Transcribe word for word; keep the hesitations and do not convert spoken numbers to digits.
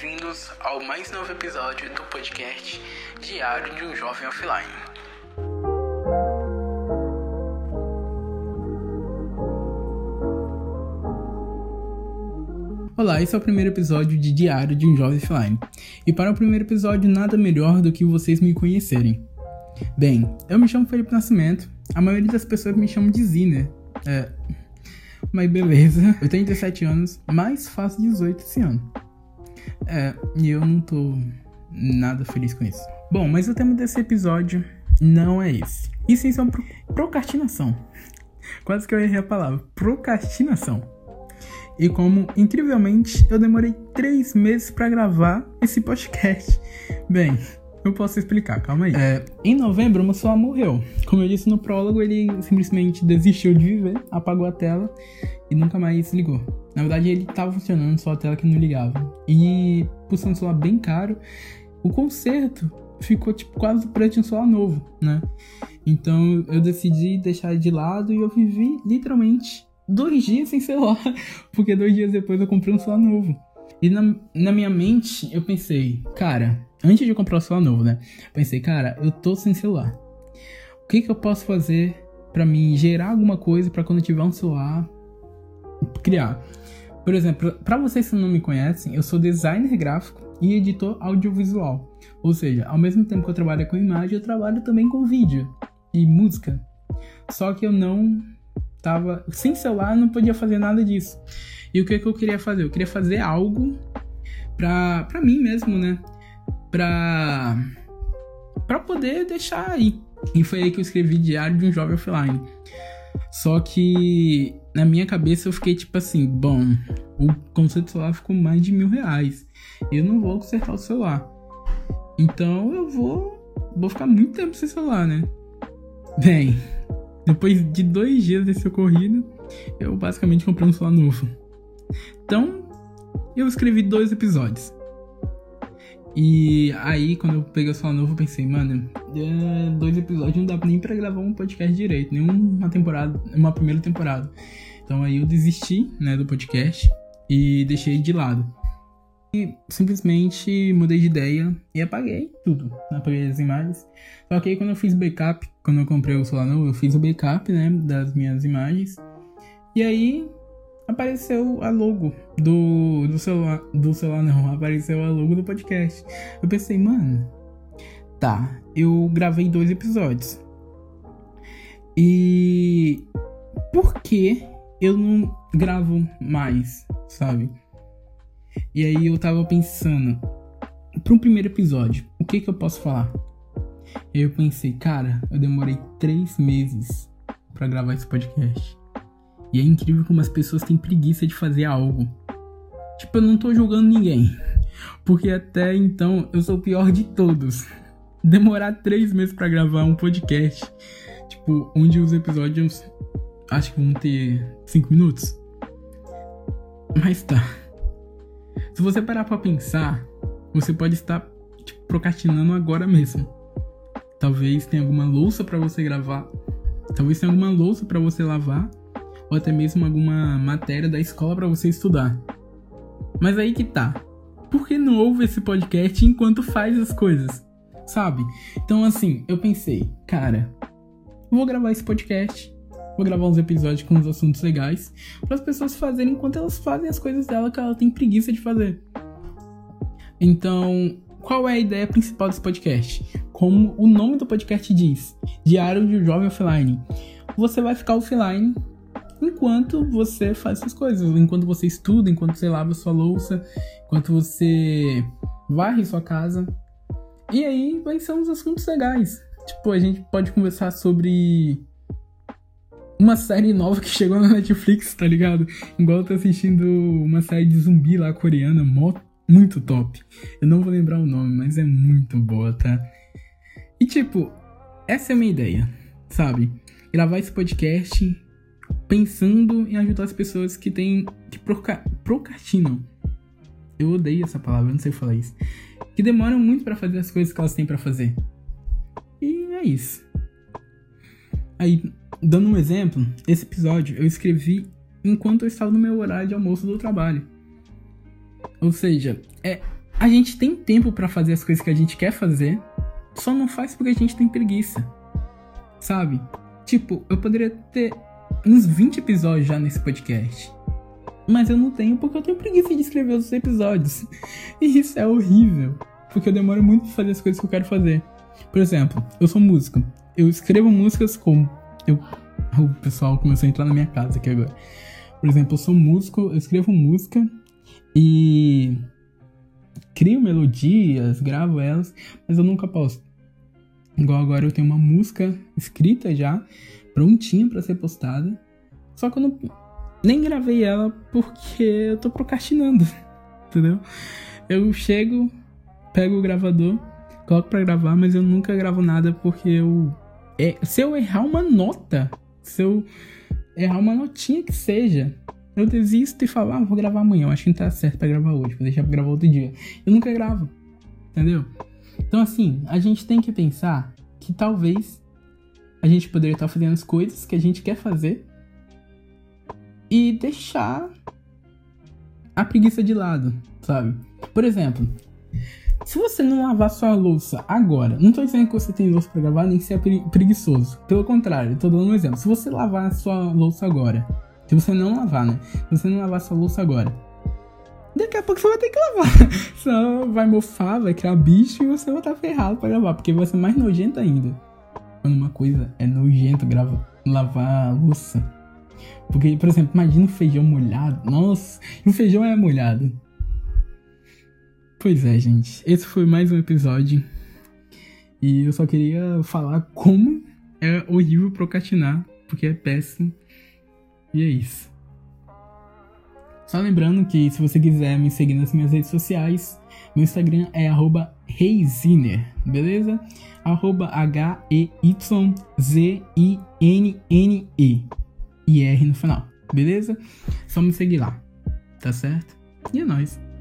bem-vindos ao mais novo episódio do podcast Diário de um Jovem Offline. Olá, esse é o primeiro episódio de Diário de um Jovem Offline. E para o primeiro episódio, nada melhor do que vocês me conhecerem. Bem, eu me chamo Felipe Nascimento, a maioria das pessoas me chamam de Ziner. É... Mas beleza, eu tenho dezessete anos, mas faço dezoito esse ano. É, e eu não tô nada feliz com isso. Bom, mas o tema desse episódio não é esse. E sim sobre pro- procrastinação. Quase que eu errei a palavra. Procrastinação. E como, incrivelmente, eu demorei três meses pra gravar esse podcast. Bem, eu posso explicar, calma aí. É, em novembro, o meu celular morreu. Como eu disse no prólogo, ele simplesmente desistiu de viver, apagou a tela e nunca mais ligou. Na verdade, ele tava funcionando, só a tela que não ligava. E, por ser um celular bem caro, o conserto ficou tipo quase o preço de um celular novo, né? Então, eu decidi deixar de lado e eu vivi, literalmente, dois dias sem celular. Porque dois dias depois eu comprei um celular novo. E na, na minha mente, eu pensei, cara... Antes de comprar o celular novo, né? Pensei, cara, eu tô sem celular. O que que eu posso fazer pra mim gerar alguma coisa pra quando eu tiver um celular, criar? Por exemplo, pra vocês que não me conhecem, eu sou designer gráfico e editor audiovisual. Ou seja, ao mesmo tempo que eu trabalho com imagem, eu trabalho também com vídeo e música. Só que eu não tava... Sem celular, eu não podia fazer nada disso. E o que que eu queria fazer? Eu queria fazer algo pra, pra mim mesmo, né? Pra, pra poder deixar aí. E foi aí que eu escrevi Diário de um Jovem Offline. Só que na minha cabeça eu fiquei tipo assim, bom, o conserto do celular ficou mais de mil reais. Eu não vou consertar o celular. Então eu vou, vou ficar muito tempo sem celular, né? Bem, depois de dois dias desse ocorrido, eu basicamente comprei um celular novo. Então, eu escrevi dois episódios. E aí, quando eu peguei o celular novo, eu pensei, mano, dois episódios não dá nem pra gravar um podcast direito, nem uma temporada, uma primeira temporada. Então aí eu desisti, né, do podcast e deixei de lado. E simplesmente mudei de ideia e apaguei tudo, apaguei as imagens. Só que aí quando eu fiz backup, quando eu comprei o celular novo, eu fiz o backup, né, das minhas imagens. E aí... apareceu a logo do, do celular, do celular não, apareceu a logo do podcast. Eu pensei, mano, tá, eu gravei dois episódios. E por que eu não gravo mais, sabe? E aí eu tava pensando, para um primeiro episódio, o que que eu posso falar? E aí eu pensei, cara, eu demorei três meses pra gravar esse podcast. E é incrível como as pessoas têm preguiça de fazer algo. Tipo, eu não tô julgando ninguém. Porque até então, eu sou o pior de todos. Demorar três meses pra gravar um podcast. Tipo, onde os episódios... acho que vão ter cinco minutos. Mas tá. Se você parar pra pensar, você pode estar tipo, procrastinando agora mesmo. Talvez tenha alguma louça pra você gravar. Talvez tenha alguma louça pra você lavar. Ou até mesmo alguma matéria da escola pra você estudar. Mas aí que tá. Por que não ouve esse podcast enquanto faz as coisas? Sabe? Então assim, eu pensei, cara, vou gravar esse podcast. Vou gravar uns episódios com uns assuntos legais para as pessoas fazerem enquanto elas fazem as coisas dela que ela tem preguiça de fazer. Então, qual é a ideia principal desse podcast? Como o nome do podcast diz, Diário de um Jovem Offline. Você vai ficar offline enquanto você faz essas coisas, enquanto você estuda, enquanto você lava sua louça, enquanto você varre sua casa. E aí vai ser uns assuntos legais. Tipo, a gente pode conversar sobre uma série nova que chegou na Netflix, tá ligado? Igual eu tô assistindo uma série de zumbi lá, coreana, muito top. Eu não vou lembrar o nome, mas é muito boa, tá? E tipo, essa é a minha ideia, sabe? Gravar esse podcast... pensando em ajudar as pessoas que têm que proca- procrastinam. Eu odeio essa palavra, eu não sei falar isso. Que demoram muito pra fazer as coisas que elas têm pra fazer. E é isso. Aí, dando um exemplo, esse episódio eu escrevi enquanto eu estava no meu horário de almoço do trabalho. Ou seja, é a gente tem tempo pra fazer as coisas que a gente quer fazer, só não faz porque a gente tem preguiça, sabe? Tipo, eu poderia ter uns vinte episódios já nesse podcast, mas eu não tenho porque eu tenho preguiça de escrever os episódios. E isso é horrível, porque eu demoro muito pra fazer as coisas que eu quero fazer. Por exemplo, eu sou músico, eu escrevo músicas como... Eu... O pessoal começou a entrar na minha casa aqui agora. Por exemplo, eu sou músico, eu escrevo música e crio melodias, gravo elas, mas eu nunca posto. Igual agora eu tenho uma música escrita já, prontinha pra ser postada, só que eu não, nem gravei ela porque eu tô procrastinando, entendeu? Eu chego, pego o gravador, coloco pra gravar, mas eu nunca gravo nada porque eu... É, se eu errar uma nota, se eu errar uma notinha que seja, eu desisto e falo, ah, vou gravar amanhã, eu acho que não tá certo pra gravar hoje, vou deixar pra gravar outro dia. Eu nunca gravo, entendeu? Então assim, a gente tem que pensar que talvez a gente poderia estar fazendo as coisas que a gente quer fazer e deixar a preguiça de lado, sabe? Por exemplo, se você não lavar sua louça agora, não tô dizendo que você tem louça pra gravar, nem que você é preguiçoso. Pelo contrário, tô dando um exemplo. Se você lavar a sua louça agora, se você não lavar, né? Se você não lavar sua louça agora, daqui a pouco você vai ter que lavar. Senão vai mofar, vai criar bicho e você vai estar ferrado pra gravar, porque vai ser mais nojento ainda. Quando uma coisa é nojento, grava, lavar a louça. Porque, por exemplo, imagina um feijão molhado. Nossa, e o feijão é molhado. Pois é, gente. Esse foi mais um episódio. E eu só queria falar como é horrível procrastinar, porque é péssimo. E é isso. Só lembrando que se você quiser me seguir nas minhas redes sociais, meu Instagram é arroba heiziner, beleza? Arroba H E Y Z I N N E e R no final, beleza? Só me seguir lá, tá certo? E é nóis.